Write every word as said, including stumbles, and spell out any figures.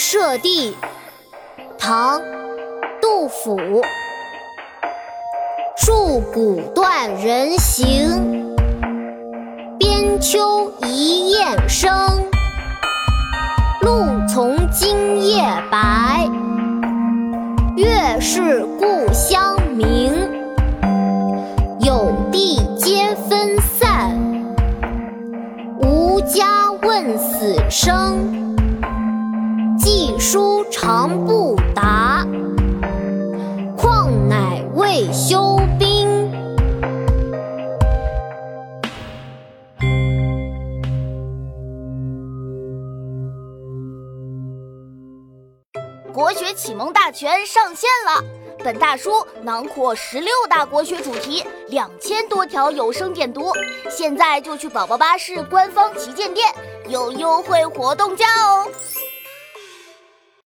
社地，唐·杜甫。戍鼓断人行，边秋一雁声。露从今夜白，月是故乡明。有地皆分散，无家问死生。寄书长不达，况乃未休兵。 国学启蒙大全上线了！本大书囊括十六大国学主题，两千多条有声点读。现在就去宝宝巴士官方旗舰店，有优惠活动价哦！